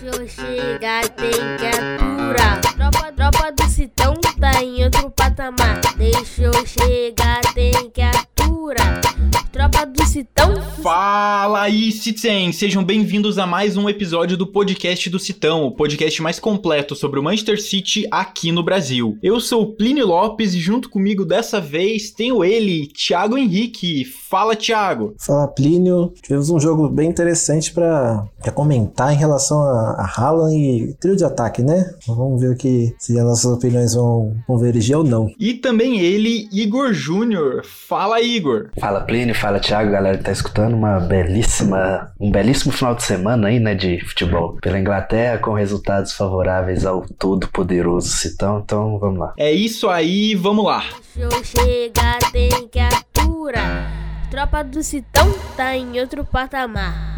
Deixa eu chegar, tem que aturar. Tropa do Citão tá em outro patamar. Deixa eu chegar, tem que aturar. Tropa do Citão. Fala aí, Citen! Sejam bem-vindos a mais um episódio do podcast do Citão, o podcast mais completo sobre o Manchester City aqui no Brasil. Eu sou o Plínio Lopes e junto comigo dessa vez tenho ele, Thiago Henrique. Fala, Thiago! Fala, Plínio. Tivemos um jogo bem interessante para comentar em relação a Haaland e trio de ataque, né? Vamos ver aqui se as nossas opiniões vão convergir ou não. E também ele, Igor Júnior. Fala, Igor! Fala, Plínio, fala, Thiago, galera que tá escutando. Um belíssimo final de semana aí, né, de futebol pela Inglaterra, com resultados favoráveis ao todo-poderoso Citão. Então, vamos lá. É isso aí, vamos lá. Deixa eu chegar, tem que aturar. Tropa do Citão tá em outro patamar.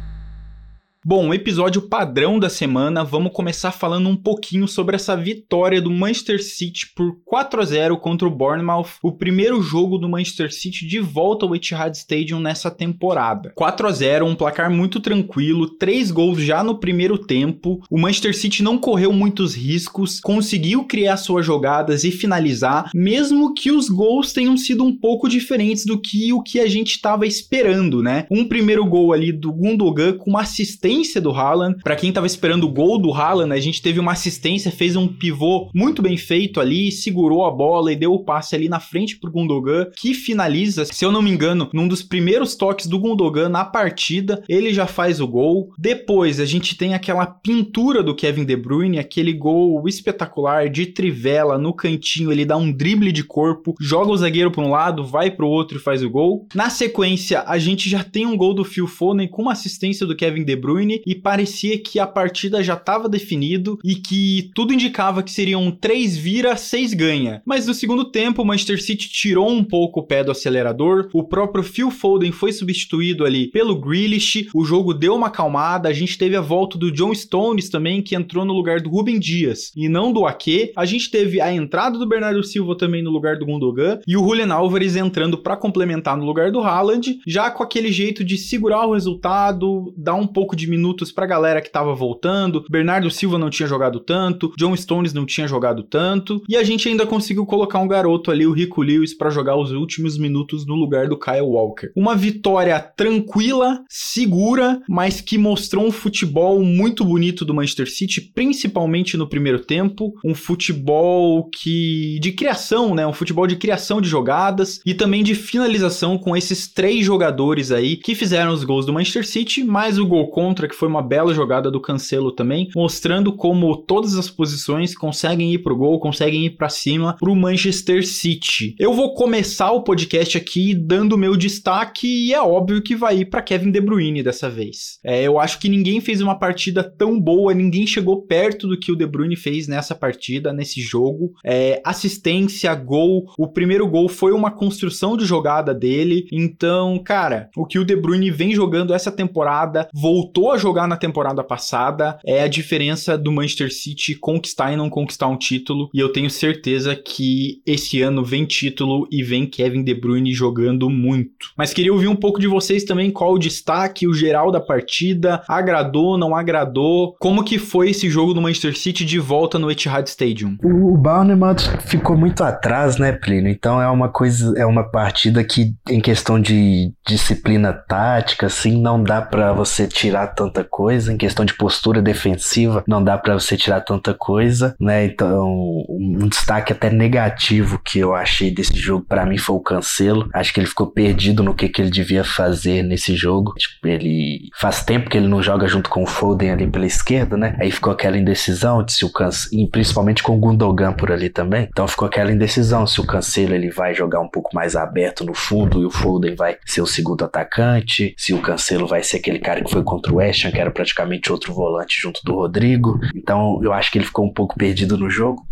Bom, episódio padrão da semana, vamos começar falando um pouquinho sobre essa vitória do Manchester City por 4-0 contra o Bournemouth, o primeiro jogo do Manchester City de volta ao Etihad Stadium nessa temporada. 4-0, um placar muito tranquilo, 3 gols já no primeiro tempo, o Manchester City não correu muitos riscos, conseguiu criar suas jogadas e finalizar, mesmo que os gols tenham sido um pouco diferentes do que o que a gente estava esperando, né? Um primeiro gol ali do Gundogan com uma assistência do Haaland. Para quem tava esperando o gol do Haaland, a gente teve uma assistência, fez um pivô muito bem feito ali, segurou a bola e deu o passe ali na frente pro Gundogan, que finaliza, se eu não me engano, num dos primeiros toques do Gundogan na partida, ele já faz o gol. Depois a gente tem aquela pintura do Kevin De Bruyne, aquele gol espetacular de trivela no cantinho, ele dá um drible de corpo, joga o zagueiro para um lado, vai pro outro e faz o gol. Na sequência, a gente já tem um gol do Phil Foden com uma assistência do Kevin De Bruyne, e parecia que a partida já estava definido e que tudo indicava que seriam 3 vira, 6 ganha. Mas no segundo tempo, o Manchester City tirou um pouco o pé do acelerador, o próprio Phil Foden foi substituído ali pelo Grealish, o jogo deu uma acalmada, a gente teve a volta do John Stones também, que entrou no lugar do Ruben Dias e não do Ake. A gente teve a entrada do Bernardo Silva também no lugar do Gundogan e o Julian Álvares entrando para complementar no lugar do Haaland, já com aquele jeito de segurar o resultado, dar um pouco de minutos pra galera que tava voltando. Bernardo Silva não tinha jogado tanto, John Stones não tinha jogado tanto, e a gente ainda conseguiu colocar um garoto ali, o Rico Lewis, pra jogar os últimos minutos no lugar do Kyle Walker. Uma vitória tranquila, segura, mas que mostrou um futebol muito bonito do Manchester City, principalmente no primeiro tempo, um futebol de criação, né? Um futebol de criação de jogadas e também de finalização com esses 3 jogadores aí que fizeram os gols do Manchester City, mais o gol contra, que foi uma bela jogada do Cancelo também, mostrando como todas as posições conseguem ir pro gol, conseguem ir pra cima pro Manchester City. Eu vou começar o podcast aqui dando o meu destaque e é óbvio que vai ir pra Kevin De Bruyne dessa vez. Eu acho que ninguém fez uma partida tão boa, ninguém chegou perto do que o De Bruyne fez nessa partida, nesse jogo. Assistência, gol, o primeiro gol foi uma construção de jogada dele, então, cara, o que o De Bruyne vem jogando essa temporada, voltou a jogar na temporada passada, é a diferença do Manchester City conquistar e não conquistar um título, e eu tenho certeza que esse ano vem título e vem Kevin De Bruyne jogando muito. Mas queria ouvir um pouco de vocês também, qual o destaque, o geral da partida, agradou, não agradou, como que foi esse jogo do Manchester City de volta no Etihad Stadium? O Bournemouth ficou muito atrás, né, Plínio? Então é uma partida que, em questão de disciplina tática, assim, não dá pra você tirar tanta coisa, em questão de postura defensiva, não dá pra você tirar tanta coisa, né? Então, um destaque até negativo que eu achei desse jogo, pra mim, foi o Cancelo. Acho que ele ficou perdido no que ele devia fazer nesse jogo. Tipo, ele faz tempo que ele não joga junto com o Foden ali pela esquerda, né? Aí ficou aquela indecisão de se o Cancelo, e principalmente com o Gundogan por ali também. Então ficou aquela indecisão se o Cancelo ele vai jogar um pouco mais aberto no fundo e o Foden vai ser o segundo atacante, se o Cancelo vai ser aquele cara que foi contra o West Ham, que era praticamente outro volante junto do Rodrigo. Então eu acho que ele ficou um pouco perdido no jogo.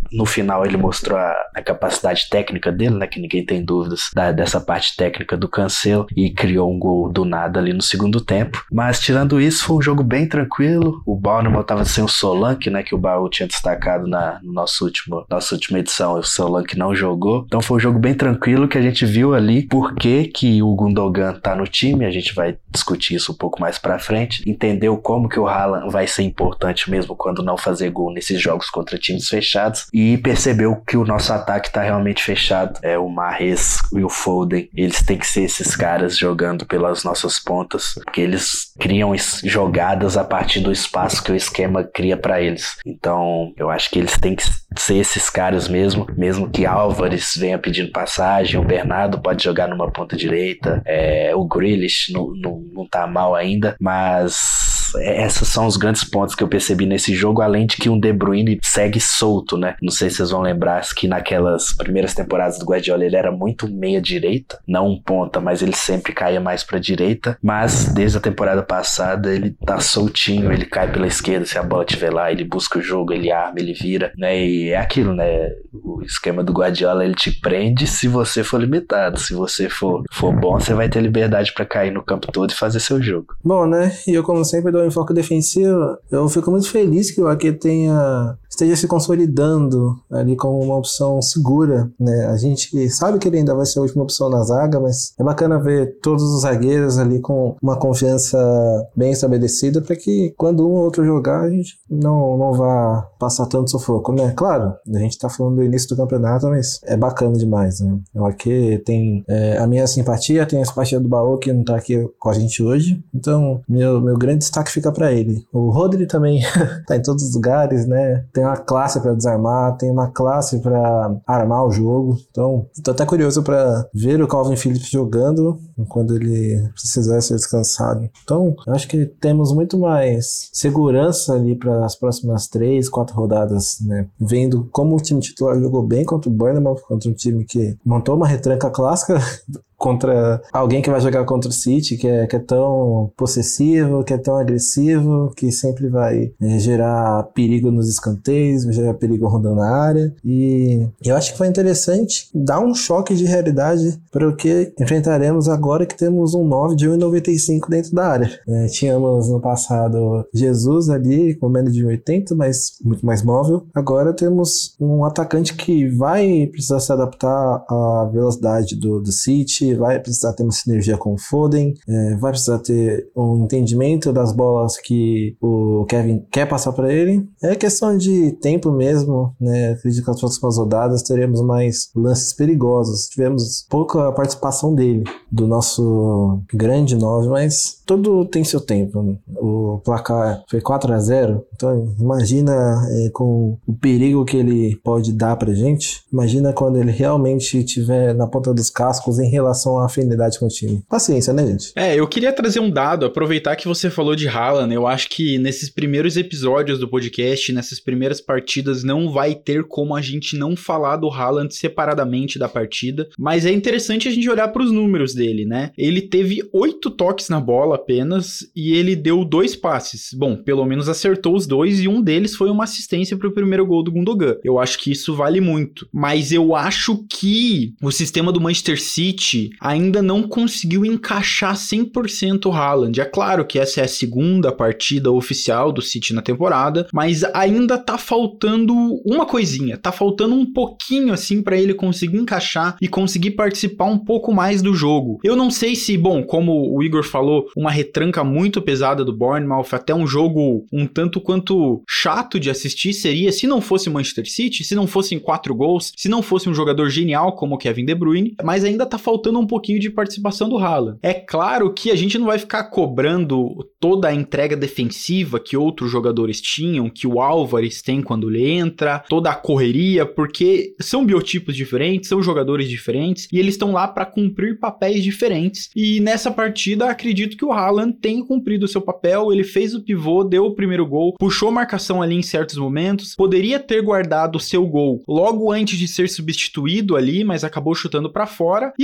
no final ele mostrou a capacidade técnica dele, né, que ninguém tem dúvidas dessa parte técnica do Cancelo, e criou um gol do nada ali no segundo tempo. Mas tirando isso, foi um jogo bem tranquilo. O Bournemouth tava sem o Solanke, né, que o Baú tinha destacado na nossa última edição. O Solanke não jogou, então foi um jogo bem tranquilo que a gente viu ali por que o Gundogan tá no time. A gente vai discutir isso um pouco mais pra frente, entendeu como que o Haaland vai ser importante mesmo quando não fazer gol nesses jogos contra times fechados, e percebeu que o nosso ataque tá realmente fechado. O Mahrez e o Foden, eles têm que ser esses caras jogando pelas nossas pontas, porque eles criam jogadas a partir do espaço que o esquema cria pra eles. Então eu acho que eles têm que ser esses caras mesmo que Álvares venha pedindo passagem, o Bernardo pode jogar numa ponta direita, o Grealish não tá mal ainda, mas esses são os grandes pontos que eu percebi nesse jogo, além de que o De Bruyne segue solto, né? Não sei se vocês vão lembrar que naquelas primeiras temporadas do Guardiola ele era muito meia direita, não um ponta, mas ele sempre caía mais pra direita, mas desde a temporada passada ele tá soltinho, ele cai pela esquerda, se a bola estiver lá, ele busca o jogo, ele arma, ele vira, né? E é aquilo, né? O esquema do Guardiola, ele te prende se você for limitado, se você for bom, você vai ter liberdade pra cair no campo todo e fazer seu jogo. Bom, né? E eu, como sempre, dou um enfoque defensivo. Eu fico muito feliz que o Ake esteja se consolidando ali como uma opção segura, né? A gente sabe que ele ainda vai ser a última opção na zaga, mas é bacana ver todos os zagueiros ali com uma confiança bem estabelecida para que quando um ou outro jogar a gente não vá passar tanto sufoco, né? Claro, a gente tá falando do início do campeonato, mas é bacana demais, né? O Ake tem a minha simpatia, tem a simpatia do Baú, que não tá aqui com a gente hoje, então meu grande destaque fica para ele. O Rodri também tá em todos os lugares, né? Tem uma classe para desarmar, tem uma classe para armar o jogo. Então, tô até curioso para ver o Calvin Phillips jogando quando ele precisar ser descansado. Então, eu acho que temos muito mais segurança ali para as próximas 3, 4 rodadas, né? Vendo como o time titular jogou bem contra o Bournemouth, contra um time que montou uma retranca clássica contra alguém que vai jogar contra o City, que é tão possessivo, que é tão agressivo, que sempre vai gerar perigo nos escanteios, vai gerar perigo rodando na área. E eu acho que foi interessante dar um choque de realidade para o que enfrentaremos agora que temos um 9 de 1,95 dentro da área. Tínhamos no passado Jesus ali com menos de 1,80, mas muito mais móvel. Agora temos um atacante que vai precisar se adaptar à velocidade do City, vai precisar ter uma sinergia com o Foden, vai precisar ter um entendimento das bolas que o Kevin quer passar para ele. É questão de tempo mesmo, né? Acredito que nas próximas rodadas teremos mais lances perigosos. Tivemos pouca participação dele, do nosso grande 9, mas tudo tem seu tempo, né? O placar foi 4-0, então imagina com o perigo que ele pode dar pra gente, imagina quando ele realmente estiver na ponta dos cascos em relação à afinidade com o time. Paciência, né, gente? Eu queria trazer um dado, aproveitar que você falou de Haaland. Eu acho que nesses primeiros episódios do podcast, nessas primeiras partidas, não vai ter como a gente não falar do Haaland separadamente da partida, mas é interessante a gente olhar para os números dele, né? Ele teve 8 toques na bola apenas e ele deu 2 passes. Bom, pelo menos acertou os 2 e um deles foi uma assistência para o primeiro gol do Gundogan. Eu acho que isso vale muito, mas eu acho que o sistema do Manchester City ainda não conseguiu encaixar 100% o Haaland. É claro que essa é a segunda partida oficial do City na temporada, mas ainda tá faltando uma coisinha, tá faltando um pouquinho assim para ele conseguir encaixar e conseguir participar um pouco mais do jogo. Eu não sei se, bom, como o Igor falou, uma retranca muito pesada do Bournemouth, até um jogo um tanto quanto chato de assistir seria se não fosse o Manchester City, se não fossem 4 gols, se não fosse um jogador genial como o Kevin De Bruyne, mas ainda tá faltando um pouquinho de participação do Haaland. É claro que a gente não vai ficar cobrando toda a entrega defensiva que outros jogadores tinham, que o Álvares tem quando ele entra, toda a correria, porque são biotipos diferentes, são jogadores diferentes e eles estão lá para cumprir papéis diferentes. E nessa partida, acredito que o Haaland tem cumprido o seu papel, ele fez o pivô, deu o primeiro gol, puxou marcação ali em certos momentos, poderia ter guardado o seu gol logo antes de ser substituído ali, mas acabou chutando para fora, e também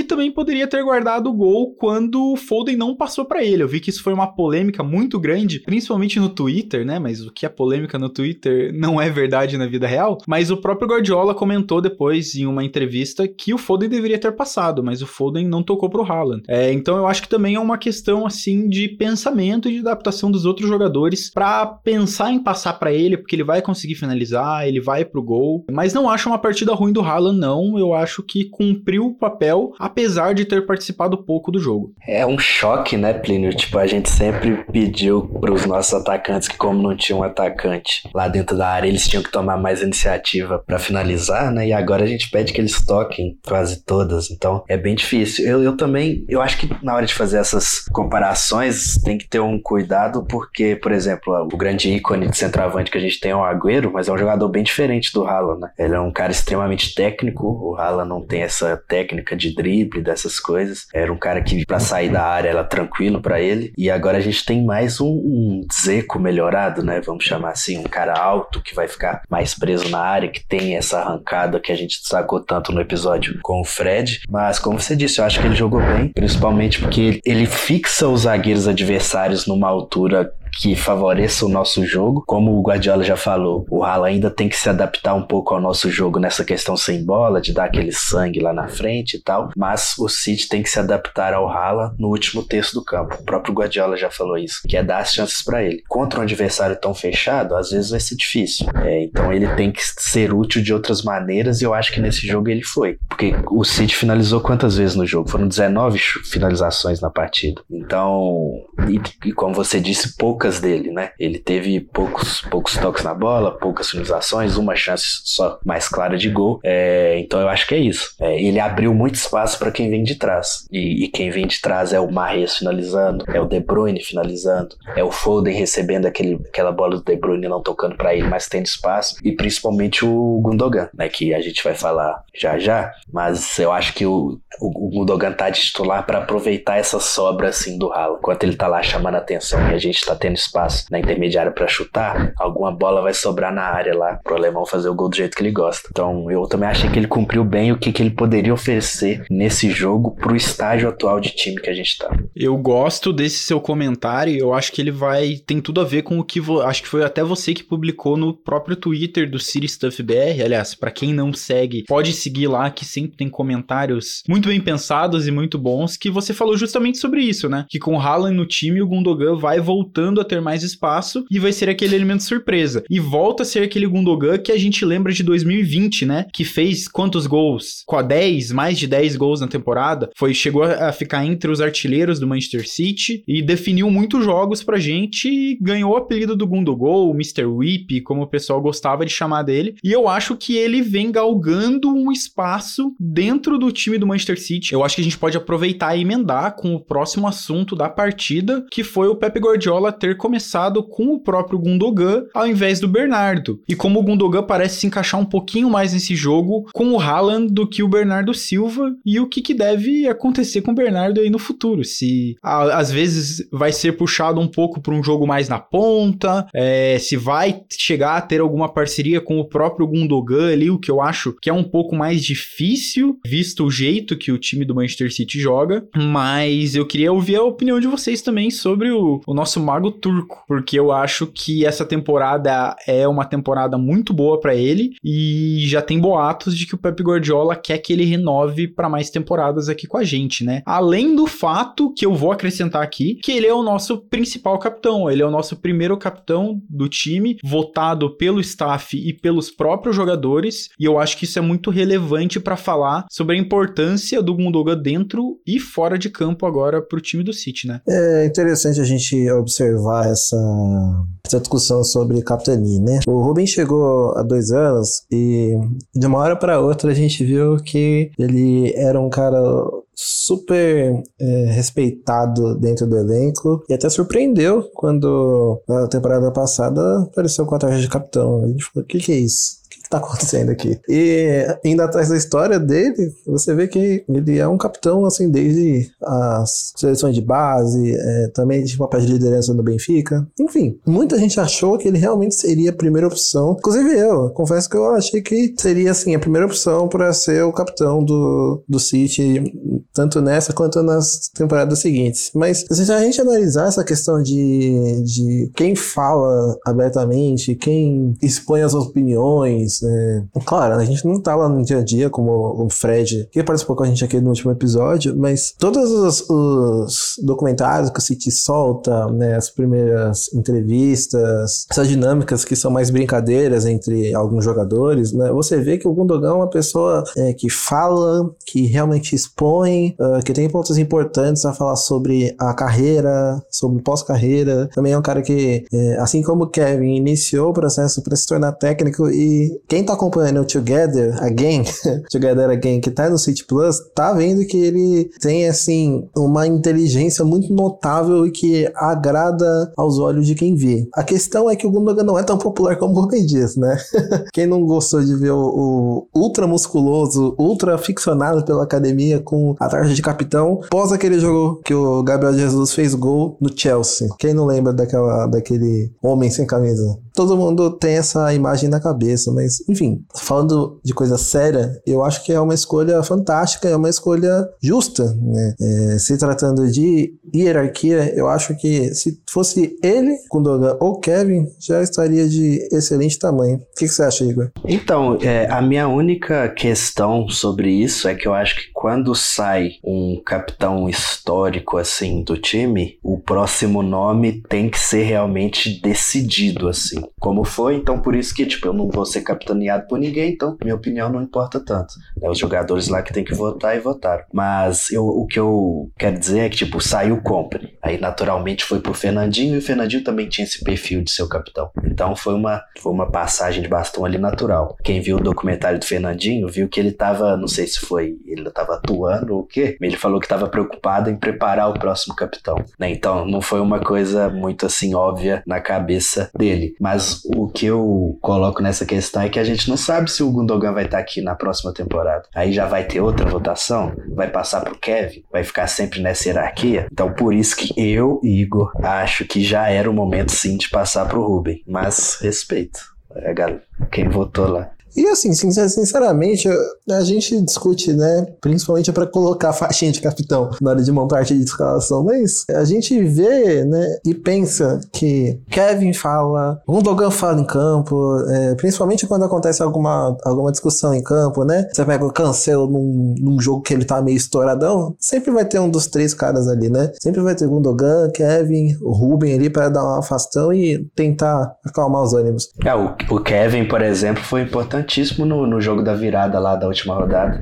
poderia ter guardado o gol quando o Foden não passou pra ele. Eu vi que isso foi uma polêmica muito grande, principalmente no Twitter, né? Mas o que é polêmica no Twitter não é verdade na vida real. Mas o próprio Guardiola comentou depois, em uma entrevista, que o Foden deveria ter passado, mas o Foden não tocou pro Haaland. Então eu acho que também é uma questão, assim, de pensamento e de adaptação dos outros jogadores pra pensar em passar pra ele, porque ele vai conseguir finalizar, ele vai pro gol. Mas não acho uma partida ruim do Haaland, não. Eu acho que cumpriu o papel, apesar de ter participado pouco do jogo. É um choque, né, Plínio? Tipo, a gente sempre pediu pros nossos atacantes que, como não tinha um atacante lá dentro da área, eles tinham que tomar mais iniciativa pra finalizar, né? E agora a gente pede que eles toquem quase todas. Então, é bem difícil. Eu também, eu acho que na hora de fazer essas comparações, tem que ter um cuidado, porque, por exemplo, o grande ícone de centroavante que a gente tem é o Agüero, mas é um jogador bem diferente do Haaland, né? Ele é um cara extremamente técnico, o Haaland não tem essa técnica de drible, dessas coisas. Era um cara que, pra sair da área, era tranquilo pra ele. E agora a gente tem mais um Dzeko melhorado, né? Vamos chamar assim, um cara alto que vai ficar mais preso na área, que tem essa arrancada que a gente destacou tanto no episódio com o Fred. Mas, como você disse, eu acho que ele jogou bem, principalmente porque ele fixa os zagueiros adversários numa altura que favoreça o nosso jogo. Como o Guardiola já falou, o Haaland ainda tem que se adaptar um pouco ao nosso jogo nessa questão sem bola, de dar aquele sangue lá na frente e tal, mas o City tem que se adaptar ao Haaland no último terço do campo. O próprio Guardiola já falou isso, que é dar as chances pra ele. Contra um adversário tão fechado, às vezes vai ser difícil. Então ele tem que ser útil de outras maneiras, e eu acho que nesse jogo ele foi. Porque o City finalizou quantas vezes no jogo? Foram 19 finalizações na partida. Então, e como você disse, poucas dele, né? Ele teve poucos toques na bola, poucas finalizações, uma chance só mais clara de gol. Então eu acho que é isso. Ele abriu muito espaço para quem vem de trás. E quem vem de trás é o Mahrez finalizando, é o De Bruyne finalizando, é o Foden recebendo aquela bola do De Bruyne não tocando para ele, mas tendo espaço, e principalmente o Gundogan, né? Que a gente vai falar já, mas eu acho que o Gundogan tá de titular para aproveitar essa sobra assim do Haaland. Enquanto ele tá lá chamando a atenção e a gente tá tendo espaço na intermediária para chutar, alguma bola vai sobrar na área lá pro alemão fazer o gol do jeito que ele gosta. Então eu também achei que ele cumpriu bem o que ele poderia oferecer nesse jogo pro estágio atual de time que a gente tá. Eu gosto desse seu comentário, eu acho que ele tem tudo a ver com o que acho que foi até você que publicou no próprio Twitter do City Stuff BR. Aliás, para quem não segue, pode seguir lá, que sempre tem comentários muito bem pensados e muito bons, que você falou justamente sobre isso, né? Que com o Haaland no time, o Gundogan vai voltando a ter mais espaço e vai ser aquele elemento surpresa. E volta a ser aquele Gundogan que a gente lembra de 2020, né? Que fez quantos gols? Com a 10, mais de 10 gols na temporada. Chegou a ficar entre os artilheiros do Manchester City e definiu muitos jogos pra gente e ganhou o apelido do Gundogan, o Mr. Whip, como o pessoal gostava de chamar dele. E eu acho que ele vem galgando um espaço dentro do time do Manchester City. Eu acho que a gente pode aproveitar e emendar com o próximo assunto da partida, que foi o Pep Guardiola ter começado com o próprio Gundogan ao invés do Bernardo. E como o Gundogan parece se encaixar um pouquinho mais nesse jogo com o Haaland do que o Bernardo Silva, e o que deve acontecer com o Bernardo aí no futuro. Se às vezes vai ser puxado um pouco para um jogo mais na ponta, se vai chegar a ter alguma parceria com o próprio Gundogan ali, o que eu acho que é um pouco mais difícil, visto o jeito que o time do Manchester City joga. Mas eu queria ouvir a opinião de vocês também sobre o nosso mago turco, porque eu acho que essa temporada é uma temporada muito boa para ele, e já tem boatos de que o Pep Guardiola quer que ele renove para mais temporadas aqui com a gente, né? Além do fato que eu vou acrescentar aqui, que ele é o nosso principal capitão, ele é o nosso primeiro capitão do time, votado pelo staff e pelos próprios jogadores, e eu acho que isso é muito relevante para falar sobre a importância do Gundogan dentro e fora de campo agora pro time do City, né? É interessante a gente observar essa discussão sobre capitania, né? O Ruben chegou há 2 anos e de uma hora para outra a gente viu que ele era um cara super respeitado dentro do elenco, e até surpreendeu quando na temporada passada apareceu com a tarja de capitão. A gente falou, o que é isso? O que tá acontecendo aqui? E indo atrás da história dele, você vê que ele é um capitão, assim, desde as seleções de base, também de papel de liderança no Benfica. Enfim, muita gente achou que ele realmente seria a primeira opção. Inclusive eu, confesso que eu achei que seria, assim, a primeira opção para ser o capitão do City, tanto nessa quanto nas temporadas seguintes. Mas se a gente analisar essa questão de quem fala abertamente, quem expõe as opiniões, claro, a gente não tá lá no dia a dia como o Fred, que participou com a gente aqui no último episódio, mas todos os documentários que o City solta, né, as primeiras entrevistas, essas dinâmicas que são mais brincadeiras entre alguns jogadores, né, você vê que o Gundogan é uma pessoa que fala, que realmente expõe, que tem pontos importantes a falar sobre a carreira, sobre pós-carreira. Também é um cara que, assim como o Kevin, iniciou o processo para se tornar técnico, e quem tá acompanhando o Together Again, que tá no City Plus, tá vendo que ele tem, assim, uma inteligência muito notável e que agrada aos olhos de quem vê. A questão é que o Gundogan não é tão popular como o Rubem Dias, né? Quem não gostou de ver o ultra musculoso, ultra ficcionado pela academia com a tarja de capitão, pós aquele jogo que o Gabriel Jesus fez gol no Chelsea? Quem não lembra daquele homem sem camisa? Todo mundo tem essa imagem na cabeça, mas, enfim, falando de coisa séria, eu acho que é uma escolha fantástica, é uma escolha justa, né? Se tratando de hierarquia, eu acho que se fosse ele, Gundogan ou Kevin, já estaria de excelente tamanho. O que você acha, Igor? Então, a minha única questão sobre isso é que eu acho que quando sai um capitão histórico, assim, do time, o próximo nome tem que ser realmente decidido, assim. Como foi, então por isso que, tipo, eu não vou ser capitaneado por ninguém, então minha opinião não importa tanto. Os jogadores lá que tem que votar e votaram. Mas o que eu quero dizer é que, tipo, saiu o Kompany. Aí naturalmente foi pro Fernandinho, e o Fernandinho também tinha esse perfil de ser o capitão. Então foi uma passagem de bastão ali natural. Quem viu o documentário do Fernandinho viu que ele tava, não sei se foi, ele tava atuando ou o quê, ele falou que tava preocupado em preparar o próximo capitão, né? Então não foi uma coisa muito assim óbvia na cabeça dele. Mas o que eu coloco nessa questão é que a gente não sabe se o Gundogan vai estar aqui na próxima temporada. Aí já vai ter outra votação, vai passar pro Kevin, vai ficar sempre nessa hierarquia. Então por isso que eu, Igor, acho que já era o momento sim de passar pro Rubem. Mas respeito quem votou lá. E assim, sinceramente, a gente discute, né, principalmente para colocar a faixinha de capitão na hora de montar a arte de escalação, mas a gente vê, né, e pensa que Kevin fala, Gundogan fala em campo, principalmente quando acontece alguma discussão em campo, né, você pega o Cancelo num jogo que ele tá meio estouradão, sempre vai ter um dos três caras ali, né, sempre vai ter Gundogan, Kevin, o Rubem ali para dar um afastão e tentar acalmar os ânimos. O Kevin, por exemplo, foi importantíssimo no jogo da virada lá da última rodada.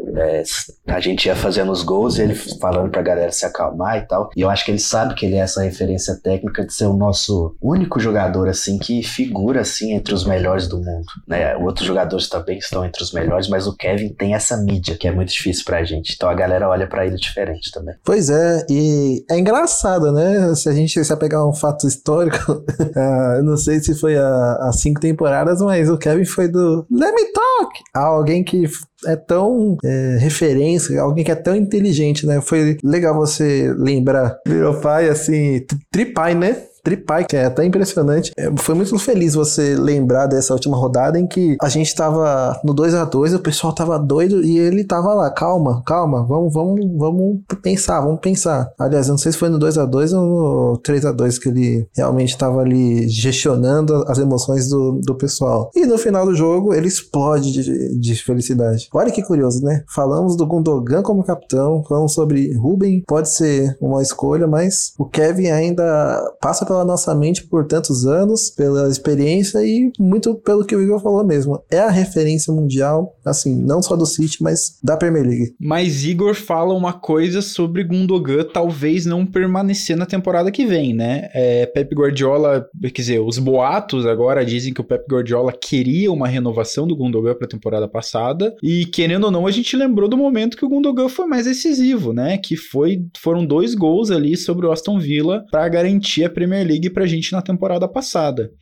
A gente ia fazendo os gols e ele falando pra galera se acalmar e tal, e eu acho que ele sabe que ele é essa referência técnica de ser o nosso único jogador assim que figura assim entre os melhores do mundo, né? Outros jogadores também estão entre os melhores, mas o Kevin tem essa mídia que é muito difícil pra gente, então a galera olha pra ele diferente também. Pois é, e é engraçado, né? Se a gente pegar um fato histórico, eu não sei se foi há 5 temporadas, mas o Kevin foi do Let Me Talk, alguém que é tão referência, alguém que é tão inteligente, né? Foi legal você lembrar. Meu pai, assim, tripai, né? Tripai, que é até impressionante. Foi muito feliz você lembrar dessa última rodada em que a gente tava no 2-2, o pessoal tava doido e ele tava lá, calma, vamos pensar. Aliás, eu não sei se foi no 2-2 ou no 3-2 que ele realmente tava ali gestionando as emoções do pessoal. E no final do jogo, ele explode de felicidade. Olha que curioso, né? Falamos do Gundogan como capitão, falamos sobre Rubem, pode ser uma escolha, mas o Kevin ainda passa pela nossa mente por tantos anos, pela experiência e muito pelo que o Igor falou mesmo. É a referência mundial, assim, não só do City, mas da Premier League. Mas Igor fala uma coisa sobre Gundogan talvez não permanecer na temporada que vem, né? Pep Guardiola, quer dizer, os boatos agora dizem que o Pep Guardiola queria uma renovação do Gundogan para a temporada passada, e querendo ou não, a gente lembrou do momento que o Gundogan foi mais decisivo, né? Que foram 2 gols ali sobre o Aston Villa para garantir a Premier League pra gente na temporada passada. Eu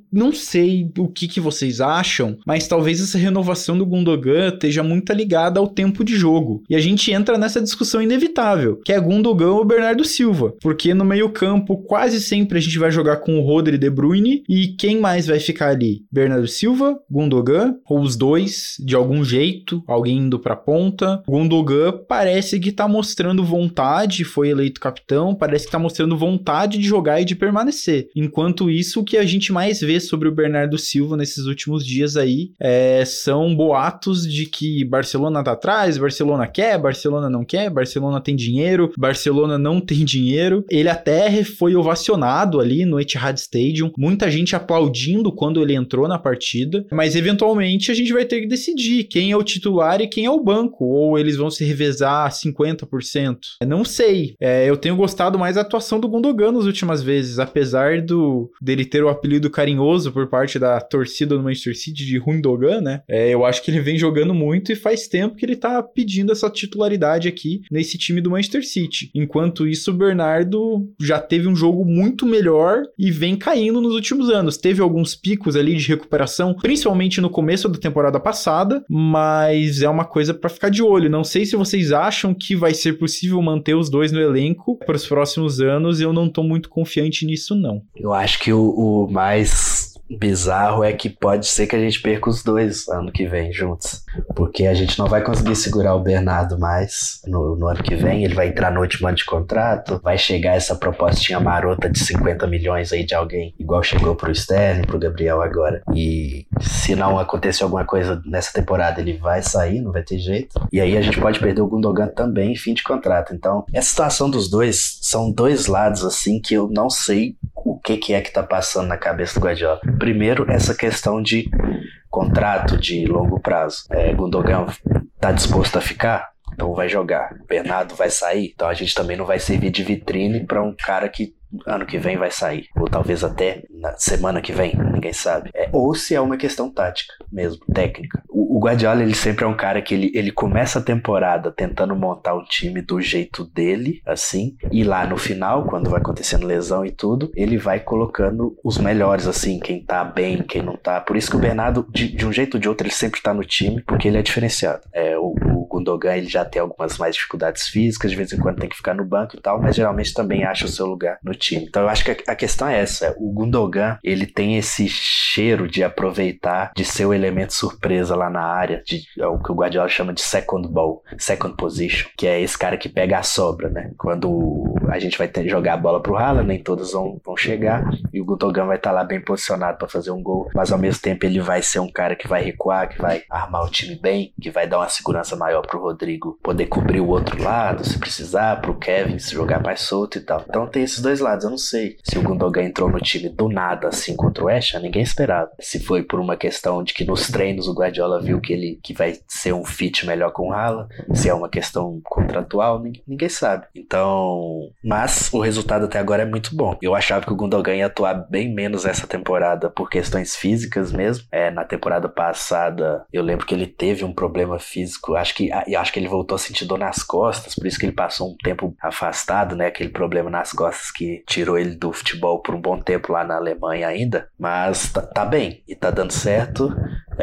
não sei o que vocês acham, mas talvez essa renovação do Gundogan esteja muito ligada ao tempo de jogo. E a gente entra nessa discussão inevitável, que é Gundogan ou Bernardo Silva, porque no meio-campo quase sempre a gente vai jogar com o Rodri e De Bruyne, e quem mais vai ficar ali? Bernardo Silva, Gundogan, ou os dois, de algum jeito, alguém indo pra ponta. Gundogan parece que tá mostrando vontade, foi eleito capitão, parece que tá mostrando vontade de jogar e de permanecer. Enquanto isso, o que a gente mais vê sobre o Bernardo Silva nesses últimos dias aí são boatos de que Barcelona tá atrás, Barcelona quer, Barcelona não quer, Barcelona tem dinheiro, Barcelona não tem dinheiro. Ele até foi ovacionado ali no Etihad Stadium, muita gente aplaudindo quando ele entrou na partida, mas eventualmente a gente vai ter que decidir quem é o titular e quem é o banco, ou eles vão se revezar 50%. Não sei, eu tenho gostado mais da atuação do Gundogan nas últimas vezes, apesar dele ter o apelido carinhoso por parte da torcida do Manchester City de Rundogan, né? Eu acho que ele vem jogando muito e faz tempo que ele tá pedindo essa titularidade aqui nesse time do Manchester City. Enquanto isso, o Bernardo já teve um jogo muito melhor e vem caindo nos últimos anos. Teve alguns picos ali de recuperação, principalmente no começo da temporada passada, mas é uma coisa pra ficar de olho. Não sei se vocês acham que vai ser possível manter os dois no elenco para os próximos anos. Eu não tô muito confiante nisso, não. Eu acho que o mais bizarro é que pode ser que a gente perca os dois ano que vem juntos, porque a gente não vai conseguir segurar o Bernardo mais no ano que vem. Ele vai entrar no último ano de contrato, vai chegar essa propostinha marota de 50 milhões aí de alguém, igual chegou pro Sterling, pro Gabriel agora, e se não acontecer alguma coisa nessa temporada, ele vai sair, não vai ter jeito, e aí a gente pode perder o Gundogan também em fim de contrato. Então essa situação dos dois são dois lados assim que eu não sei o que é que tá passando na cabeça do Guardiola. Primeiro, essa questão de contrato de longo prazo. Gundogan tá disposto a ficar? Então vai jogar. Bernardo vai sair? Então a gente também não vai servir de vitrine para um cara que ano que vem vai sair, ou talvez até na semana que vem, ninguém sabe. Ou se é uma questão tática mesmo, técnica. O Guardiola, ele sempre é um cara que ele começa a temporada tentando montar o time do jeito dele, assim, e lá no final, quando vai acontecendo lesão e tudo, ele vai colocando os melhores, assim, quem tá bem, quem não tá. Por isso que o Bernardo, de um jeito ou de outro, ele sempre tá no time, porque ele é diferenciado. O Gundogan, ele já tem algumas mais dificuldades físicas, de vez em quando tem que ficar no banco e tal, mas geralmente também acha o seu lugar no time. Então eu acho que a questão é essa. O Gundogan, ele tem esse cheiro de aproveitar, de ser o elemento surpresa lá na área, o que o Guardiola chama de second ball, second position, que é esse cara que pega a sobra, né? Quando a gente vai jogar a bola pro Haaland, nem todos vão chegar, e o Gundogan vai estar lá bem posicionado para fazer um gol, mas ao mesmo tempo ele vai ser um cara que vai recuar, que vai armar o time bem, que vai dar uma segurança maior pro Rodrigo poder cobrir o outro lado, se precisar, pro Kevin se jogar mais solto e tal. Então tem esses dois lados. Eu não sei se o Gundogan entrou no time do nada assim contra o West Ham, ninguém esperava. Se foi por uma questão de que nos treinos o Guardiola viu que vai ser um fit melhor com o Haaland, se é uma questão contratual, ninguém sabe. Então, mas o resultado até agora é muito bom. Eu achava que o Gundogan ia atuar bem menos essa temporada por questões físicas mesmo. Na temporada passada eu lembro que ele teve um problema físico, acho que ele voltou a sentir dor nas costas, por isso que ele passou um tempo afastado, né? Aquele problema nas costas que tirou ele do futebol por um bom tempo lá na Alemanha ainda, mas tá bem e tá dando certo.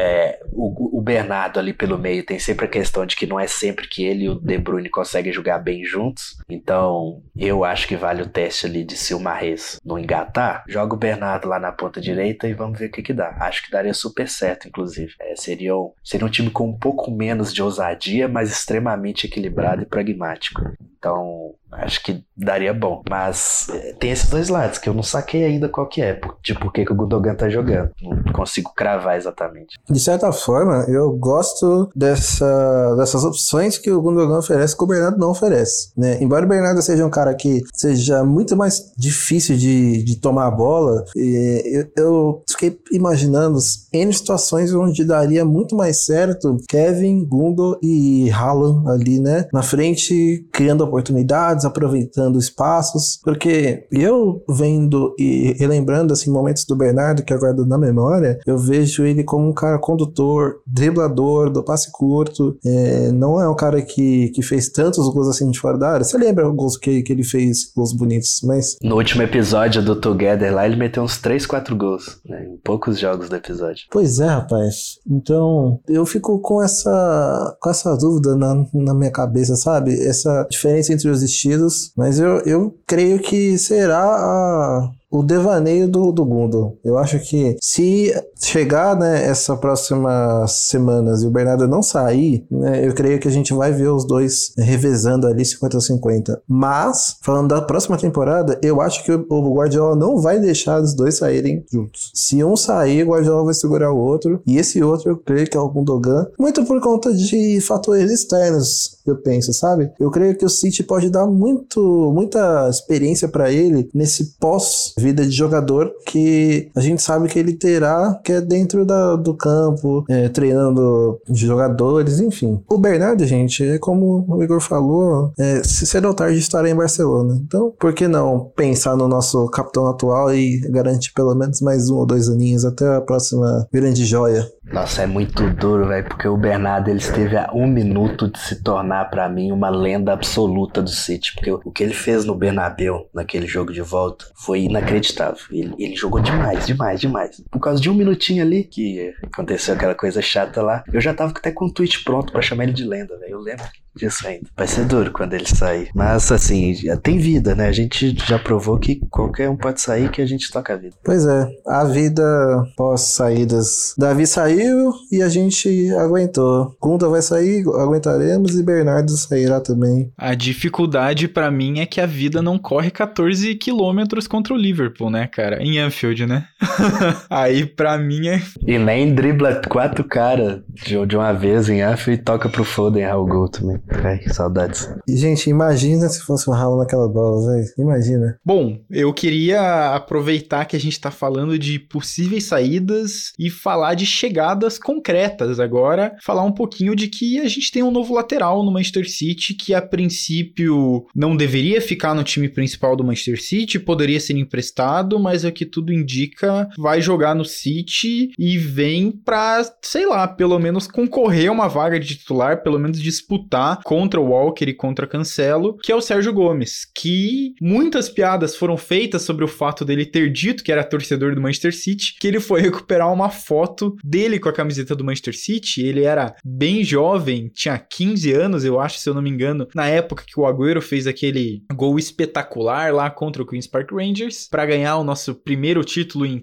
O Bernardo ali pelo meio tem sempre a questão de que não é sempre que ele e o De Bruyne conseguem jogar bem juntos, então eu acho que vale o teste ali de se o Mahrez não engatar, joga o Bernardo lá na ponta direita e vamos ver o que dá. Acho que daria super certo, inclusive. Seria um time com um pouco menos de ousadia, mas extremamente equilibrado e pragmático. Então, acho que daria bom. Mas tem esses dois lados, que eu não saquei ainda qual que é, de por que o Gundogan tá jogando. Não consigo cravar exatamente. De certa forma, eu gosto dessas opções que o Gundogan oferece que o Bernardo não oferece, né? Embora o Bernardo seja um cara que seja muito mais difícil de tomar a bola, eu fiquei imaginando N situações onde daria muito mais certo Kevin, Gundo e Haaland ali, né? Na frente, criando oportunidades, oportunidades, aproveitando espaços, porque eu vendo e relembrando assim, momentos do Bernardo que eu guardo na memória, eu vejo ele como um cara condutor, driblador, do passe curto, não é um cara que fez tantos gols assim de fora da área. Você lembra os gols que ele fez, gols bonitos, mas... No último episódio do Together lá, ele meteu uns 3, 4 gols, né, em poucos jogos do episódio. Pois é, rapaz. Então, eu fico com essa dúvida na minha cabeça, sabe? Essa diferença entre os estilos, mas eu creio que será o devaneio do Gundo. Eu acho que se chegar, né, essas próximas semanas e o Bernardo não sair, né, eu creio que a gente vai ver os dois revezando ali 50-50. Mas, falando da próxima temporada, eu acho que o Guardiola não vai deixar os dois saírem juntos. Se um sair, o Guardiola vai segurar o outro, e esse outro eu creio que é o Gundogan, muito por conta de fatores externos, eu penso, sabe? Eu creio que o City pode dar muita experiência para ele nesse pós-vida de jogador que a gente sabe que ele terá, que é dentro do campo, treinando jogadores, enfim. O Bernardo, gente, é como o Igor falou, cedo ou tarde estará em Barcelona. Então, por que não pensar no nosso capitão atual e garantir pelo menos mais 1 ou 2 aninhos até a próxima grande joia? Nossa, é muito duro, velho, porque o Bernardo, ele esteve a 1 minuto de se tornar, pra mim, uma lenda absoluta do City, porque o que ele fez no Bernabéu, naquele jogo de volta, foi inacreditável. Ele jogou demais. Por causa de 1 minutinho ali, que aconteceu aquela coisa chata lá, eu já tava até com um tweet pronto pra chamar ele de lenda, velho, eu lembro disso ainda. Vai ser duro quando ele sair. Mas, assim, tem vida, né? A gente já provou que qualquer um pode sair, que a gente toca a vida. Pois é, a vida pós-saídas. Davi saiu e a gente aguentou. Gunda vai sair, aguentaremos, e Bernardo sairá também. A dificuldade pra mim é que a vida não corre 14 quilômetros contra o Liverpool, né, cara? Em Anfield, né? Aí, pra mim, E nem dribla 4 caras de uma vez em Anfield e toca pro Foden errar o gol também. Ai, saudades. E, gente, imagina se fosse um ralo naquela bola, velho. Imagina. Bom, eu queria aproveitar que a gente tá falando de possíveis saídas e falar de chegadas concretas agora. Falar um pouquinho de que a gente tem um novo lateral no Manchester City que, a princípio, não deveria ficar no time principal do Manchester City, poderia ser emprestado, mas é o que tudo indica, vai jogar no City e vem pra, sei lá, pelo menos concorrer a uma vaga de titular, pelo menos disputar contra o Walker e contra Cancelo, que é o Sérgio Gomes, que muitas piadas foram feitas sobre o fato dele ter dito que era torcedor do Manchester City, que ele foi recuperar uma foto dele com a camiseta do Manchester City. Ele era bem jovem, tinha 15 anos, eu acho, se eu não me engano, na época que o Agüero fez aquele gol espetacular lá contra o Queen's Park Rangers, para ganhar o nosso primeiro título em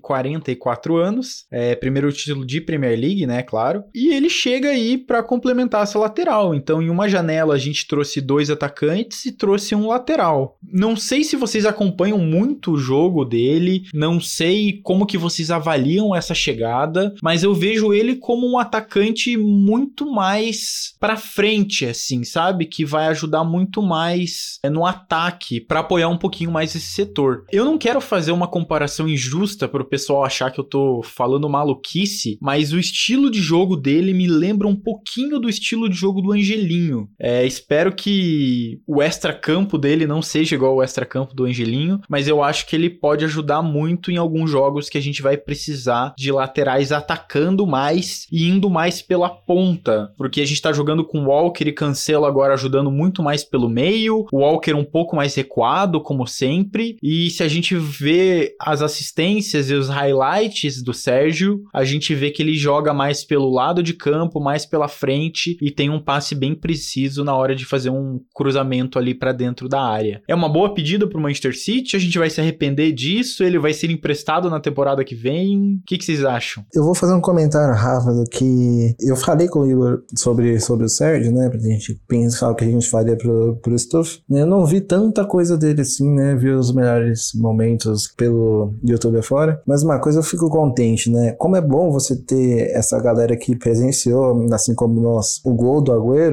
44 anos, primeiro título de Premier League, né, claro, e ele chega aí para complementar essa lateral. Então, em uma janela, a gente trouxe 2 atacantes e trouxe um lateral. Não sei se vocês acompanham muito o jogo dele, não sei como que vocês avaliam essa chegada, mas eu vejo ele como um atacante muito mais pra frente, assim, sabe? Que vai ajudar muito mais no ataque, pra apoiar um pouquinho mais esse setor. Eu não quero fazer uma comparação injusta pro pessoal achar que eu tô falando maluquice, mas o estilo de jogo dele me lembra um pouquinho do estilo de jogo do Angelinho. Espero que o extracampo dele não seja igual ao extracampo do Angelinho, mas eu acho que ele pode ajudar muito em alguns jogos que a gente vai precisar de laterais atacando mais e indo mais pela ponta, porque a gente tá jogando com Walker e Cancelo agora ajudando muito mais pelo meio, o Walker um pouco mais recuado, como sempre, e se a gente vê as assistências e os highlights do Sérgio, a gente vê que ele joga mais pelo lado de campo, mais pela frente, e tem um passe bem preciso na hora de fazer um cruzamento ali pra dentro da área. É uma boa pedida pro Manchester City? A gente vai se arrepender disso? Ele vai ser emprestado na temporada que vem? O que vocês acham? Eu vou fazer um comentário rápido que eu falei com o Igor sobre o Sérgio, né, pra gente pensar o que a gente faria pro Stuff. Eu não vi tanta coisa dele assim, né, vi os melhores momentos pelo YouTube afora, mas uma coisa eu fico contente, né, como é bom você ter essa galera que presenciou, assim como nós, o gol do Agüero e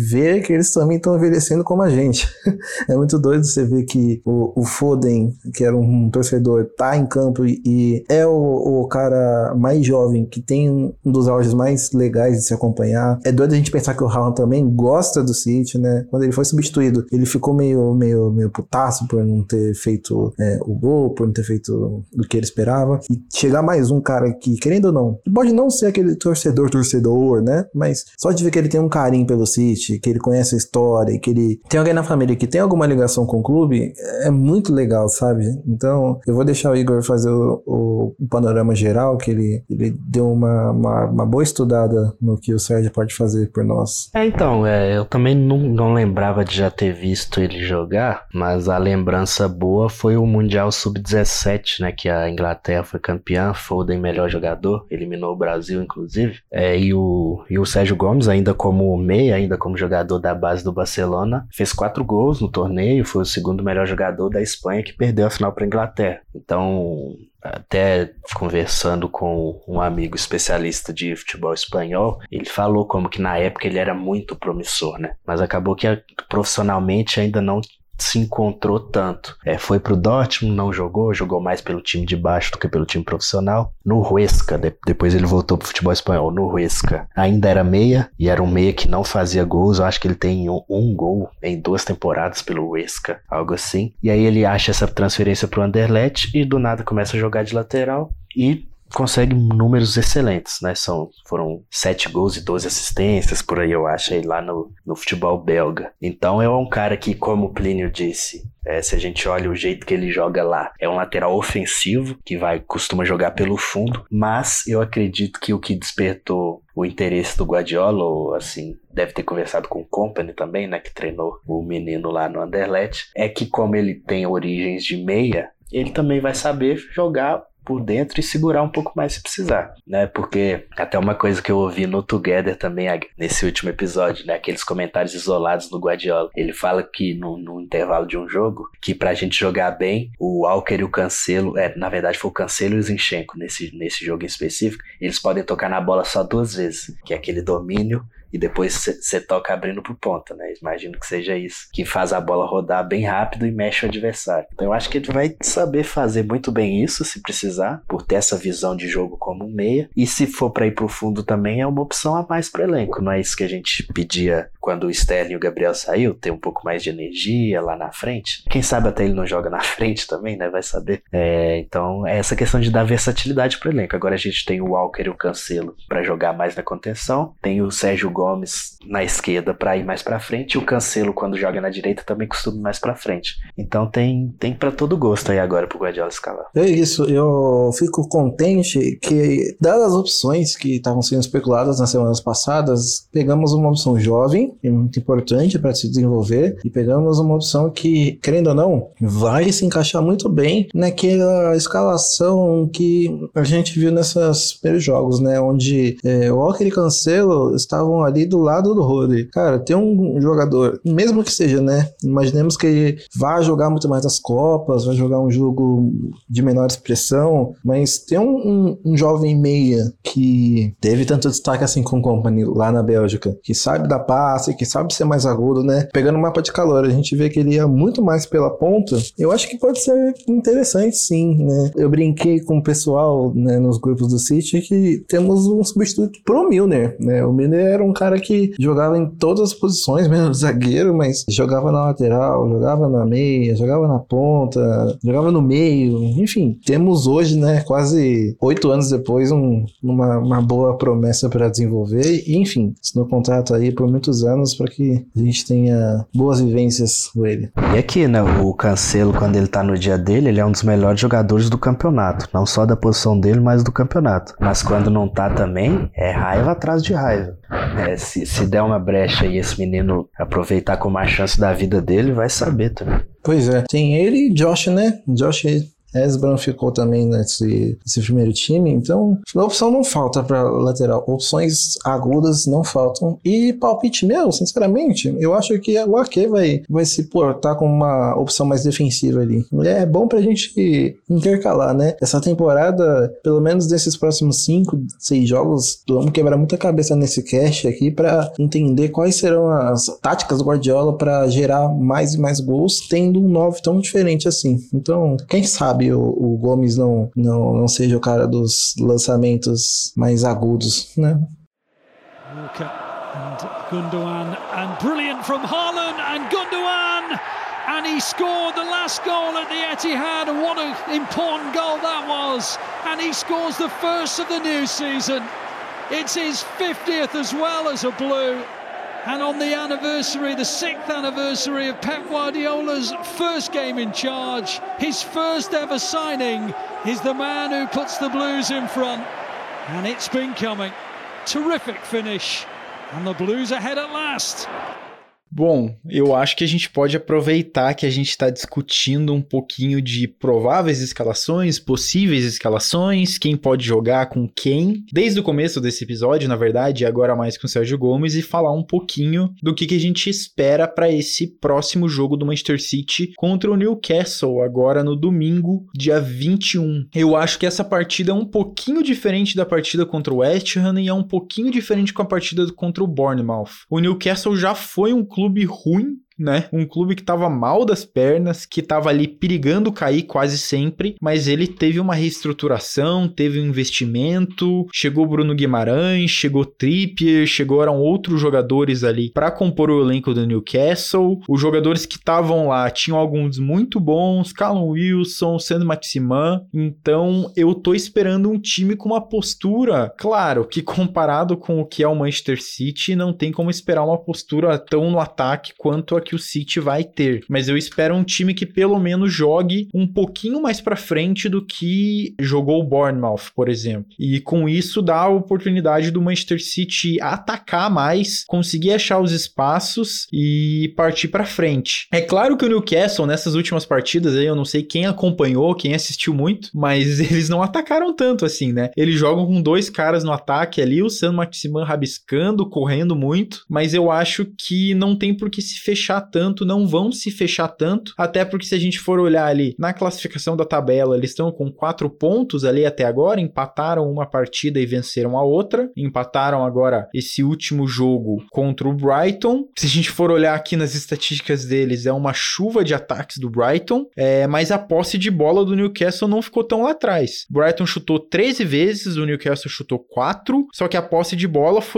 ver que eles também estão envelhecendo como a gente. É muito doido você ver que o Foden, que era um torcedor, tá em campo e é o cara mais jovem, que tem um dos auges mais legais de se acompanhar. É doido a gente pensar que o Haaland também gosta do City, né? Quando ele foi substituído, ele ficou meio putaço por não ter feito o gol, por não ter feito do que ele esperava. E chegar mais um cara que, querendo ou não, pode não ser aquele torcedor, né? Mas só de ver que ele tem um carinho pelo City, que ele conhece a história, que ele tem alguém na família que tem alguma ligação com o clube, é muito legal, sabe? Então, eu vou deixar o Igor fazer o panorama geral, que ele deu uma boa estudada no que o Sérgio pode fazer por nós. Então, eu também não lembrava de já ter visto ele jogar, mas a lembrança boa foi o Mundial Sub-17, né, que a Inglaterra foi campeã, Foden melhor jogador, eliminou o Brasil, inclusive, e o Sérgio Gomes, ainda como meia, ainda como jogador da base do Barcelona, fez 4 gols no torneio, foi o segundo melhor jogador da Espanha, que perdeu a final para a Inglaterra. Então, até conversando com um amigo especialista de futebol espanhol, ele falou como que na época ele era muito promissor, né? Mas acabou que profissionalmente ainda não se encontrou tanto. Foi pro Dortmund, não jogou mais pelo time de baixo do que pelo time profissional. No Huesca, depois ele voltou pro futebol espanhol. No Huesca ainda era meia, e era um meia que não fazia gols. Eu acho que ele tem um gol em 2 temporadas pelo Huesca, algo assim. E aí ele acha essa transferência pro Anderlecht e do nada começa a jogar de lateral e consegue números excelentes, né? Foram 7 gols e 12 assistências, por aí eu acho, aí lá no futebol belga. Então é um cara que, como o Plínio disse, se a gente olha o jeito que ele joga lá, é um lateral ofensivo, que costuma jogar pelo fundo, mas eu acredito que o que despertou o interesse do Guardiola, ou assim, deve ter conversado com o Kompany também, né, que treinou o menino lá no Anderlecht, é que como ele tem origens de meia, ele também vai saber jogar por dentro e segurar um pouco mais se precisar, né? Porque até uma coisa que eu ouvi no Together também, nesse último episódio, né? Aqueles comentários isolados do Guardiola. Ele fala que no intervalo de um jogo, que pra gente jogar bem, o Walker e o Cancelo, na verdade foi o Cancelo e o Zinchenko nesse jogo em específico, eles podem tocar na bola só 2 vezes, que é aquele domínio e depois você toca abrindo pro ponta, né? Imagino que seja isso, que faz a bola rodar bem rápido e mexe o adversário. Então eu acho que ele vai saber fazer muito bem isso, se precisar, por ter essa visão de jogo como um meia, e se for pra ir pro fundo também é uma opção a mais pro elenco, não é isso que a gente pedia quando o Sterling e o Gabriel saiu, ter um pouco mais de energia lá na frente. Quem sabe até ele não joga na frente também, né? Vai saber. Então é essa questão de dar versatilidade pro elenco. Agora a gente tem o Walker e o Cancelo pra jogar mais na contenção, tem o Sérgio Gomes na esquerda para ir mais para frente, e o Cancelo quando joga na direita também costuma ir mais para frente. Então tem para todo gosto aí agora pro Guardiola escalar. É isso, eu fico contente que, dadas as opções que estavam sendo especuladas nas semanas passadas, pegamos uma opção jovem, que é muito importante para se desenvolver, e pegamos uma opção que, querendo ou não, vai se encaixar muito bem naquela escalação que a gente viu nesses primeiros jogos, né, onde Walker e Cancelo estavam ali do lado do Rodri. Cara, tem um jogador, mesmo que seja, né, imaginemos que ele vá jogar muito mais as Copas, vai jogar um jogo de menor expressão, mas tem um jovem meia que teve tanto destaque assim com o Kompany lá na Bélgica, que sabe dar passe, que sabe ser mais agudo, né, pegando o mapa de calor, a gente vê que ele ia muito mais pela ponta. Eu acho que pode ser interessante sim, né. Eu brinquei com o pessoal, né, nos grupos do City, que temos um substituto pro Milner, né. O Milner era um cara que jogava em todas as posições, mesmo zagueiro, mas jogava na lateral, jogava na meia, jogava na ponta, jogava no meio, enfim, temos hoje, né, quase 8 anos depois, uma boa promessa para desenvolver, e enfim, assinou contrato aí por muitos anos para que a gente tenha boas vivências com ele. E aqui, né, o Cancelo, quando ele tá no dia dele, ele é um dos melhores jogadores do campeonato, não só da posição dele, mas do campeonato, mas quando não tá também, é raiva atrás de raiva. Se der uma brecha e esse menino aproveitar como a chance da vida dele, vai saber também. Pois é, tem ele e Josh, né? Josh Esbran ficou também nesse primeiro time, então a opção não falta para lateral, opções agudas não faltam. E palpite meu, sinceramente, eu acho que o Ake vai se portar como uma opção mais defensiva ali. É bom pra gente intercalar, né? Essa temporada, pelo menos desses próximos 5, 6 jogos, vamos quebrar muita cabeça nesse cast aqui pra entender quais serão as táticas do Guardiola pra gerar mais e mais gols, tendo um 9 tão diferente assim. Então, quem sabe o Gomes não seja o cara dos lançamentos mais agudos, né? Walker and Gundogan, and brilliant from Haaland and Gundogan, and he scored the last goal at the Etihad, and what an important goal that was, and he scores the first of the new season. It's his 50th as well as a Blue, and on the anniversary, the 6th anniversary of Pep Guardiola's first game in charge, his first ever signing, is the man who puts the Blues in front, and it's been coming. Terrific finish, and the Blues ahead at last. Bom, eu acho que a gente pode aproveitar que a gente está discutindo um pouquinho de prováveis escalações, possíveis escalações, quem pode jogar com quem, desde o começo desse episódio, na verdade, agora mais com o Sérgio Gomes, e falar um pouquinho do que a gente espera para esse próximo jogo do Manchester City contra o Newcastle, agora no domingo, dia 21. Eu acho que essa partida é um pouquinho diferente da partida contra o West Ham e é um pouquinho diferente com a partida contra o Bournemouth. O Newcastle já foi um clube ruim, né? Um clube que estava mal das pernas, que estava ali perigando cair quase sempre, mas ele teve uma reestruturação, teve um investimento, chegou Bruno Guimarães, chegou Trippier, chegaram outros jogadores ali para compor o elenco do Newcastle. Os jogadores que estavam lá tinham alguns muito bons, Callum Wilson, Saint-Maximin, então eu tô esperando um time com uma postura, claro, que comparado com o que é o Manchester City, não tem como esperar uma postura tão no ataque quanto a que o City vai ter, mas eu espero um time que pelo menos jogue um pouquinho mais pra frente do que jogou o Bournemouth, por exemplo, e com isso dá a oportunidade do Manchester City atacar mais, conseguir achar os espaços e partir pra frente. É claro que o Newcastle nessas últimas partidas aí, eu não sei quem acompanhou, quem assistiu muito, mas eles não atacaram tanto assim, né? Eles jogam com 2 caras no ataque ali, o Saint-Maximin rabiscando, correndo muito, mas eu acho que não tem por que se fechar tanto, não vão se fechar tanto, até porque se a gente for olhar ali na classificação da tabela, eles estão com 4 pontos ali até agora, empataram uma partida e venceram a outra, empataram agora esse último jogo contra o Brighton. Se a gente for olhar aqui nas estatísticas deles, é uma chuva de ataques do Brighton, mas a posse de bola do Newcastle não ficou tão lá atrás. O Brighton chutou 13 vezes, o Newcastle chutou 4, só que a posse de bola foi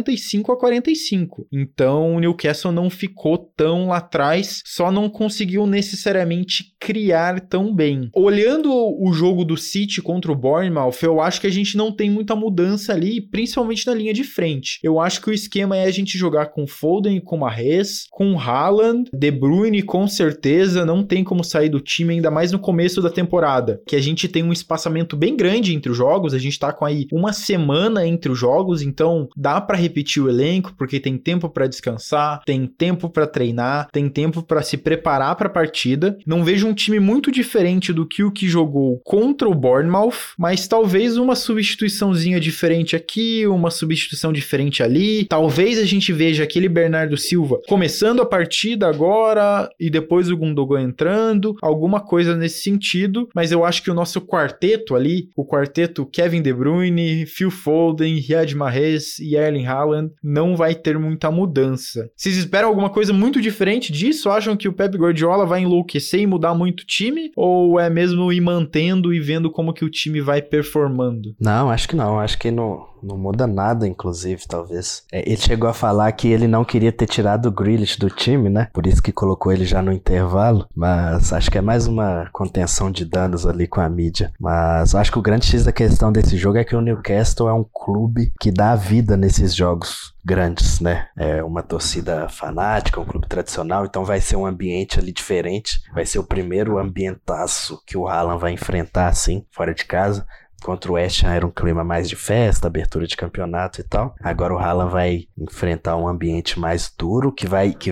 55-45. Então o Newcastle não ficou tão lá atrás, só não conseguiu necessariamente criar tão bem. Olhando o jogo do City contra o Bournemouth, eu acho que a gente não tem muita mudança ali, principalmente na linha de frente. Eu acho que o esquema é a gente jogar com Foden e com Mahrez, com Haaland, De Bruyne com certeza, não tem como sair do time, ainda mais no começo da temporada, que a gente tem um espaçamento bem grande entre os jogos, a gente tá com aí uma semana entre os jogos, então dá pra repetir o elenco, porque tem tempo pra descansar, tem tempo pra treinar, tem tempo pra se preparar pra partida. Não vejo um time muito diferente do que o que jogou contra o Bournemouth, mas talvez uma substituiçãozinha diferente aqui, uma substituição diferente ali, talvez a gente veja aquele Bernardo Silva começando a partida agora e depois o Gundogan entrando, alguma coisa nesse sentido, mas eu acho que o nosso quarteto ali, o quarteto Kevin De Bruyne, Phil Foden, Riyad Mahrez e Erling Haaland, não vai ter muita mudança. Vocês esperam alguma coisa muito diferente disso? Acham que o Pep Guardiola vai enlouquecer e mudar muito o time? Ou é mesmo ir mantendo e vendo como que o time vai performando? Não, acho que não. Acho que não muda nada, inclusive, talvez. Ele chegou a falar que ele não queria ter tirado o Grealish do time, né? Por isso que colocou ele já no intervalo. Mas acho que é mais uma contenção de danos ali com a mídia. Mas acho que o grande X da questão desse jogo é que o Newcastle é um clube que dá vida nesses jogos grandes, né? É uma torcida fanática, um clube tradicional, então vai ser um ambiente ali diferente. Vai ser o primeiro ambientaço que o Haaland vai enfrentar, assim, fora de casa. Contra o West Ham era um clima mais de festa, abertura de campeonato e tal. Agora o Haaland vai enfrentar um ambiente mais duro, que vai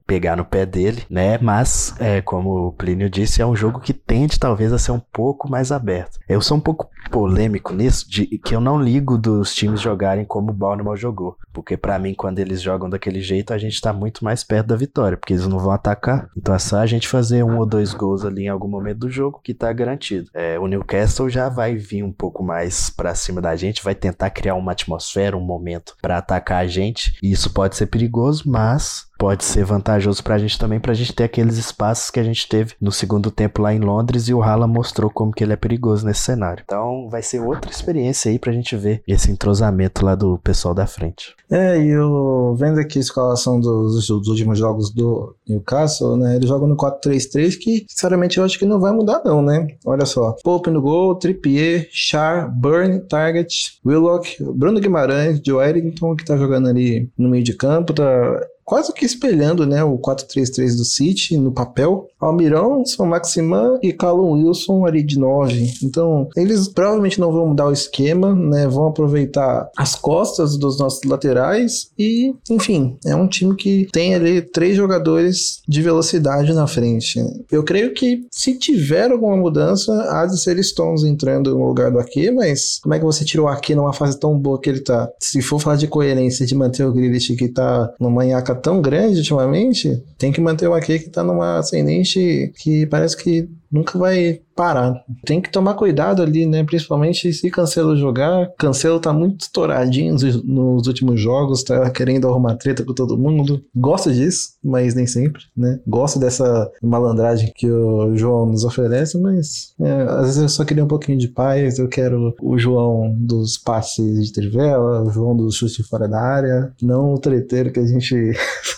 pegar no pé dele, né? Mas, como o Plínio disse, é um jogo que tende talvez a ser um pouco mais aberto. Eu sou um pouco polêmico nisso, que eu não ligo dos times jogarem como o Bournemouth jogou, porque pra mim, quando eles jogam daquele jeito, a gente tá muito mais perto da vitória, porque eles não vão atacar. Então é só a gente fazer 1 ou 2 gols ali em algum momento do jogo que tá garantido. O Newcastle já vai vir um pouco mais pra cima da gente, vai tentar criar uma atmosfera, um momento pra atacar a gente, e isso pode ser perigoso, mas pode ser vantajoso pra gente também, pra gente ter aqueles espaços que a gente teve no segundo tempo lá em Londres, e o Haaland mostrou como que ele é perigoso nesse cenário. Então vai ser outra experiência aí pra gente ver esse entrosamento lá do pessoal da frente. E eu vendo aqui a escalação dos últimos jogos do Newcastle, né, eles jogam no 4-3-3, que sinceramente eu acho que não vai mudar não, né? Olha só, Pope no gol, Trippier, Schär, Burn, Target, Willock, Bruno Guimarães, Joe Wellington, que tá jogando ali no meio de campo, tá quase que espelhando, né, o 4-3-3 do City no papel. Almirão, São Maximin e Callum Wilson ali de 9. Então, eles provavelmente não vão mudar o esquema, né, vão aproveitar as costas dos nossos laterais e, enfim, é um time que tem ali 3 jogadores de velocidade na frente. Eu creio que se tiver alguma mudança, há de ser Stones entrando no lugar do Ake, mas como é que você tira o Ake numa fase tão boa que ele tá? Se for falar de coerência, de manter o Grealish que tá numa manhaca tão grande ultimamente, tem que manter o Ake que tá numa ascendente que parece que nunca vai parar. Tem que tomar cuidado ali, né? Principalmente se Cancelo jogar. Cancelo tá muito estouradinho nos últimos jogos, tá querendo arrumar treta com todo mundo. Gosto disso, mas nem sempre, né? Gosto dessa malandragem que o João nos oferece, mas às vezes eu só queria um pouquinho de paz. Eu quero o João dos passes de trivela, o João do chute fora da área, não o treteiro que a gente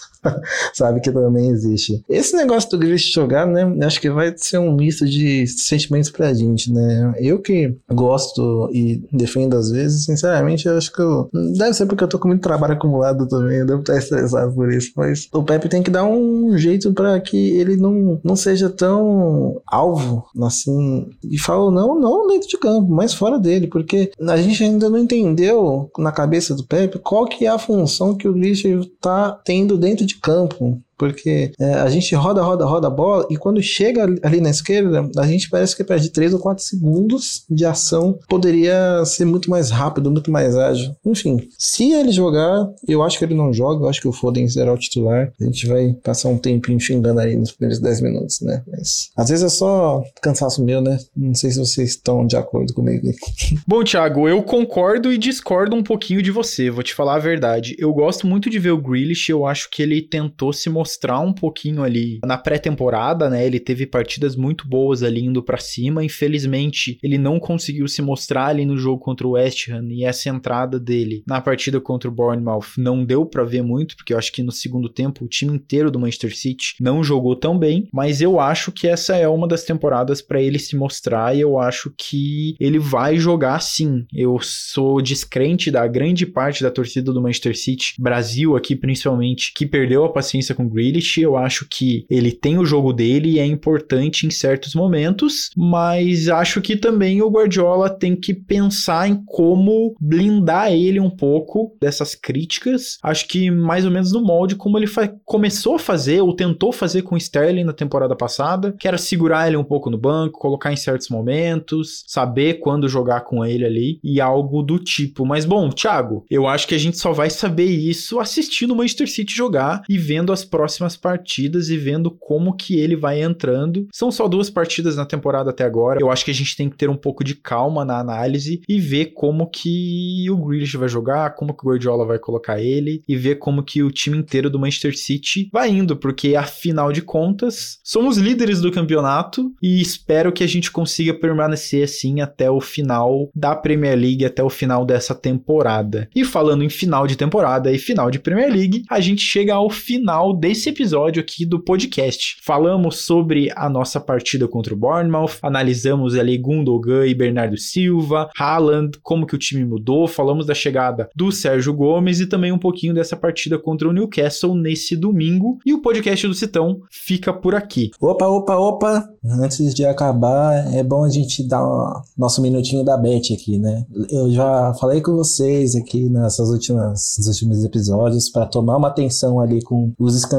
sabe que também existe. Esse negócio do Grealish jogar, né, acho que vai ser um misto de sentimentos pra gente, né? Eu que gosto e defendo às vezes, sinceramente, eu acho que deve ser porque eu tô com muito trabalho acumulado também, eu devo estar estressado por isso, mas o Pepe tem que dar um jeito pra que ele não seja tão alvo, assim, e falo não dentro de campo, mas fora dele, porque a gente ainda não entendeu na cabeça do Pepe qual que é a função que o Grealish tá tendo dentro de campo. Porque a gente roda a bola e quando chega ali na esquerda, a gente parece que perde 3 ou 4 segundos de ação. Poderia ser muito mais rápido, muito mais ágil. Enfim, se ele jogar, eu acho que ele não joga, eu acho que o Foden será o titular. A gente vai passar um tempinho xingando aí nos primeiros 10 minutos, né? Mas às vezes é só cansaço meu, né? Não sei se vocês estão de acordo comigo. Bom, Thiago, eu concordo e discordo um pouquinho de você, vou te falar a verdade. Eu gosto muito de ver o Grealish, eu acho que ele tentou se mostrar um pouquinho ali na pré-temporada, né? Ele teve partidas muito boas ali indo pra cima. Infelizmente, ele não conseguiu se mostrar ali no jogo contra o West Ham, e essa entrada dele na partida contra o Bournemouth não deu pra ver muito, porque eu acho que no segundo tempo o time inteiro do Manchester City não jogou tão bem, mas eu acho que essa é uma das temporadas pra ele se mostrar e eu acho que ele vai jogar sim. Eu sou descrente da grande parte da torcida do Manchester City, Brasil aqui principalmente, que perdeu a paciência com o Grealish. Eu acho que ele tem o jogo dele e é importante em certos momentos, mas acho que também o Guardiola tem que pensar em como blindar ele um pouco dessas críticas. Acho que mais ou menos no molde como ele começou a fazer ou tentou fazer com o Sterling na temporada passada, que era segurar ele um pouco no banco, colocar em certos momentos, saber quando jogar com ele ali e algo do tipo. Mas bom, Thiago, eu acho que a gente só vai saber isso assistindo o Manchester City jogar e vendo as próximas partidas e vendo como que ele vai entrando. São só 2 partidas na temporada até agora. Eu acho que a gente tem que ter um pouco de calma na análise e ver como que o Grealish vai jogar, como que o Guardiola vai colocar ele e ver como que o time inteiro do Manchester City vai indo, porque afinal de contas, somos líderes do campeonato e espero que a gente consiga permanecer assim até o final da Premier League, até o final dessa temporada. E falando em final de temporada e final de Premier League, a gente chega ao final desse episódio aqui do podcast. Falamos sobre a nossa partida contra o Bournemouth, analisamos ali Gundogan e Bernardo Silva, Haaland, como que o time mudou, falamos da chegada do Sérgio Gomes e também um pouquinho dessa partida contra o Newcastle nesse domingo, e o podcast do Citão fica por aqui. Opa! Antes de acabar, é bom a gente dar nosso minutinho da bet aqui, né? Eu já falei com vocês aqui nos últimos episódios para tomar uma atenção ali com os escanteios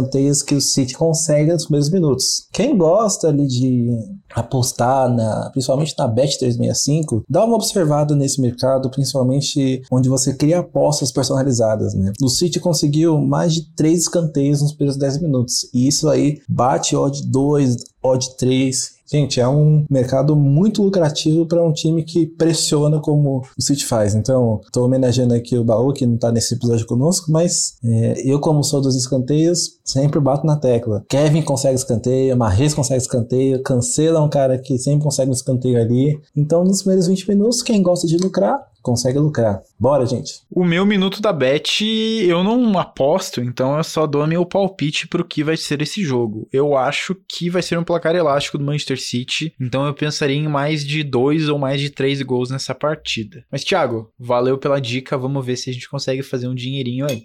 escanteios que o City consegue nos primeiros minutos. Quem gosta ali de apostar, principalmente na Bet365, dá uma observada nesse mercado, principalmente onde você cria apostas personalizadas, né? O City conseguiu mais de 3 escanteios nos primeiros 10 minutos, e isso aí bate odd 2, odd 3. Gente, é um mercado muito lucrativo para um time que pressiona como o City faz. Então, estou homenageando aqui o Baú, que não está nesse episódio conosco, mas eu, como sou dos escanteios, sempre bato na tecla. Kevin consegue escanteio, Mahrez consegue escanteio, Cancelo é um cara que sempre consegue um escanteio ali. Então, nos primeiros 20 minutos, quem gosta de lucrar, consegue lucrar. Bora, gente. O meu minuto da bet eu não aposto, então eu só dou meu palpite pro que vai ser esse jogo. Eu acho que vai ser um placar elástico do Manchester City, então eu pensaria em mais de 2 ou mais de 3 gols nessa partida. Mas, Thiago, valeu pela dica, vamos ver se a gente consegue fazer um dinheirinho aí.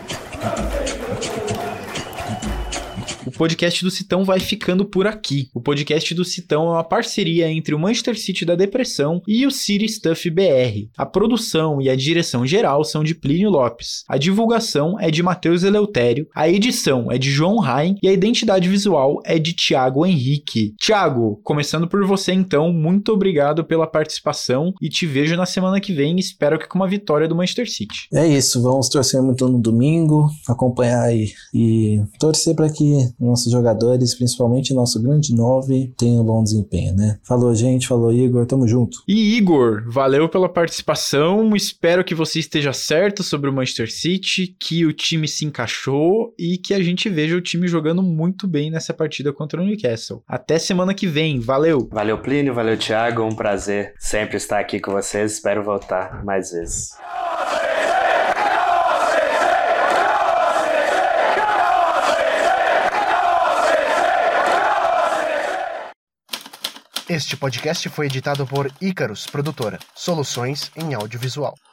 O podcast do Citão vai ficando por aqui. O podcast do Citão é uma parceria entre o Manchester City da Depressão e o City Stuff BR. A produção e a direção geral são de Plínio Lopes. A divulgação é de Matheus Eleutério, a edição é de João Rain e a identidade visual é de Thiago Henrique. Thiago, começando por você então, muito obrigado pela participação e te vejo na semana que vem, espero que com uma vitória do Manchester City. É isso, vamos torcer muito no domingo, acompanhar aí e torcer para que nossos jogadores, principalmente nosso grande 9, tenham um bom desempenho, né? Falou, gente, falou, Igor, tamo junto. E Igor, valeu pela participação, espero que você esteja certo sobre o Manchester City, que o time se encaixou e que a gente veja o time jogando muito bem nessa partida contra o Newcastle. Até semana que vem, valeu! Valeu, Plínio, valeu, Thiago, um prazer sempre estar aqui com vocês, espero voltar mais vezes. Este podcast foi editado por Icarus Produtora, soluções em audiovisual.